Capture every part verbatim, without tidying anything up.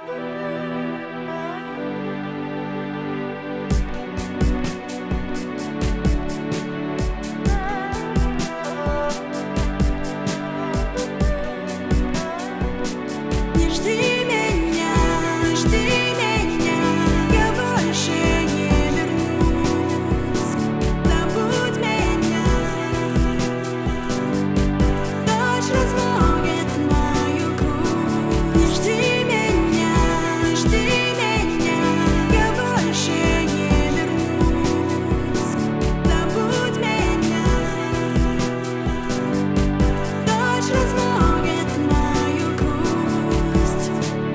Не жди меня, жди меня, я больше не вернусь. Забудь меня, дождь размоет мою грусть. Не жди меня, жди меня, я больше не вернусь. Забудь меня, дождь размоет мою грусть.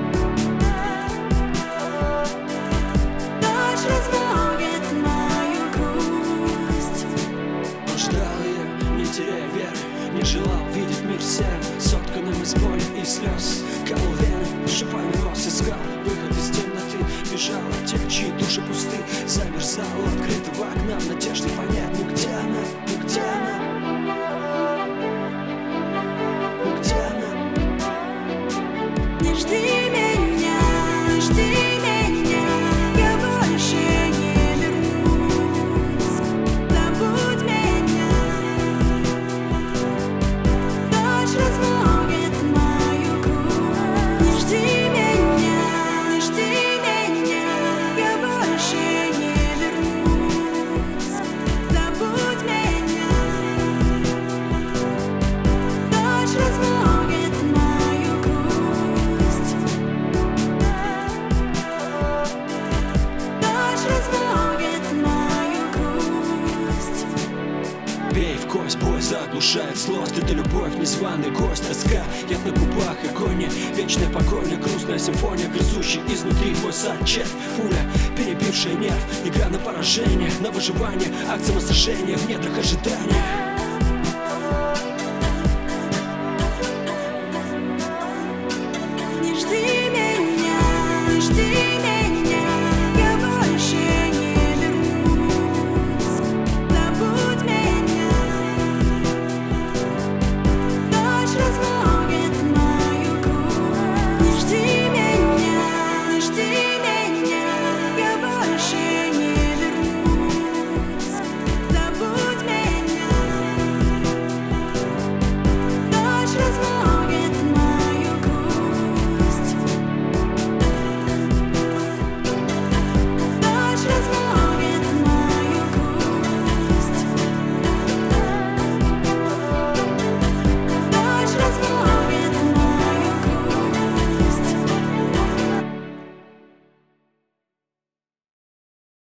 Дождь размоет мою грусть. Он ждал ее, не теряя веры, не желал видеть мир серым, сотканным из боли и слез. Колол вены, шипами рос, искал выход из темноты, бежал от тех, чьи души пусты. Замерзал у открытого окна в надежде понять, ну где она, ну где она, ну где она. Не жди меня, жди меня, я больше не вернусь. Забудь меня, дождь размоет мою грусть. Не жди меня, жди меня, я больше не вернусь. Забудь меня, дождь размоет мою грусть. Дождь размоет мою грусть. Бей в кость, бой заглушает злость. Это любовь, незваный гость, тоска, яд на губах, агония, вечная погоня, грустная симфония, грызущий изнутри твой сад червь. Пуля, перебившая нерв, игра на поражение, на выживание, акт самосожжения в недрах ожидания. Не жди меня, жди